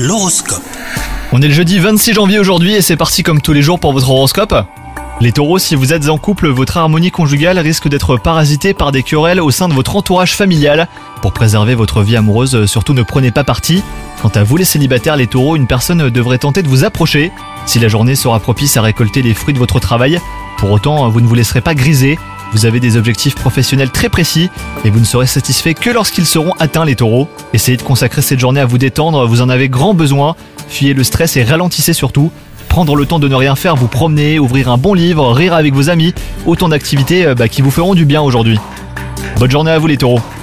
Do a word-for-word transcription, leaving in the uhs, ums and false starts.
L'horoscope. On est le jeudi vingt-six janvier aujourd'hui et c'est parti comme tous les jours pour votre horoscope. Les taureaux, si vous êtes en couple, votre harmonie conjugale risque d'être parasitée par des querelles au sein de votre entourage familial. Pour préserver votre vie amoureuse, surtout ne prenez pas parti. Quant à vous les célibataires, les taureaux, une personne devrait tenter de vous approcher. Si la journée sera propice à récolter les fruits de votre travail, pour autant vous ne vous laisserez pas griser. Vous avez des objectifs professionnels très précis et vous ne serez satisfait que lorsqu'ils seront atteints les taureaux. Essayez de consacrer cette journée à vous détendre, vous en avez grand besoin. Fuyez le stress et ralentissez surtout. Prendre le temps de ne rien faire, vous promener, ouvrir un bon livre, rire avec vos amis, autant d'activités bah, qui vous feront du bien aujourd'hui. Bonne journée à vous les taureaux.